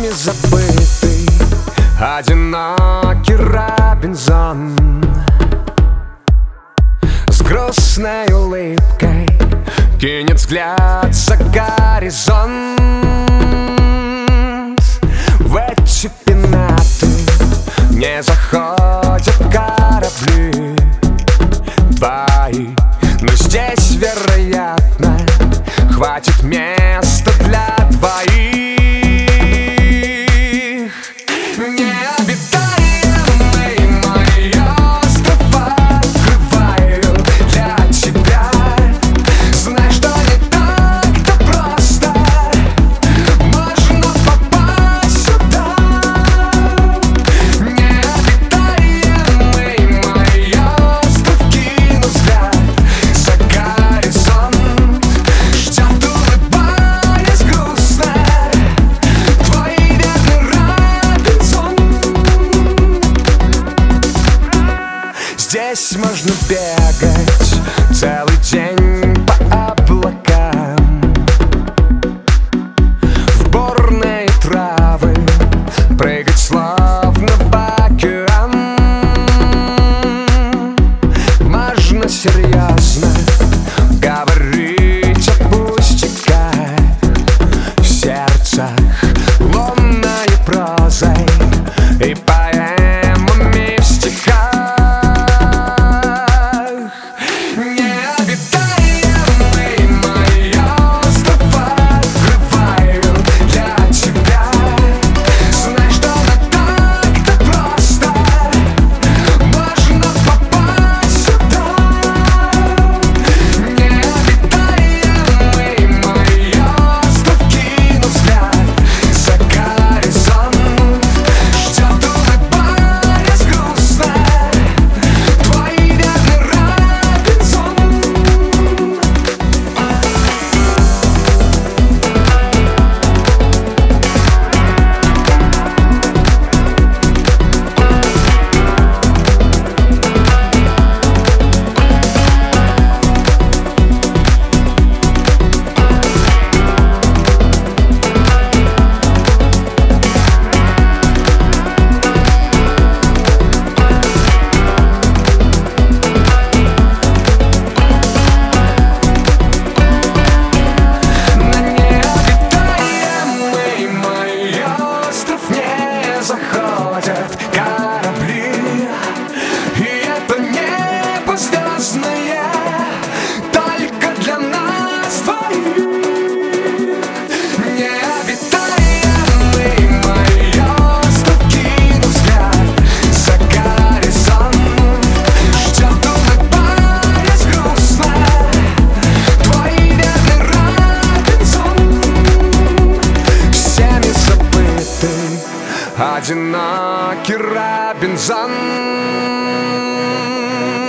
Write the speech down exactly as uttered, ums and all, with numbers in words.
всеми забытый, одинокий Робинзон с грустной улыбкой кинет взгляд за горизонт. В эти пенаты не заходят корабли твои, но здесь, вероятно, хватит места для двоих. Необитаемый мой остров открываю для тебя. Знай, что не так-то просто можно попасть сюда. Необитаемый мой остров, кину взгляд за горизонт. Ждет, улыбаясь грустно, твой верный Робинзон. Здесь можно бегать целый день по облакам, в бурные травы прыгать словно в океан. Можно серьезно говорить о пустяках, в сердцах лунной прозой и поэмами в стихах. Необитаемый мой остров открываю для тебя. Знай, что не так-то просто можно попасть сюда. Необитаемый мой остров, кину взгляд за горизонт. Ждет, улыбаясь грустно, твой верный Робинзон. На необитаемый мой остров не заходят корабли, и это небо звездное только для нас двоих. Необитаемый мой остров, кину взгляд за горизонт. Ждет, улыбаясь грустно, твой верный Робинзон. Всеми забытый, одинокий Робинзон.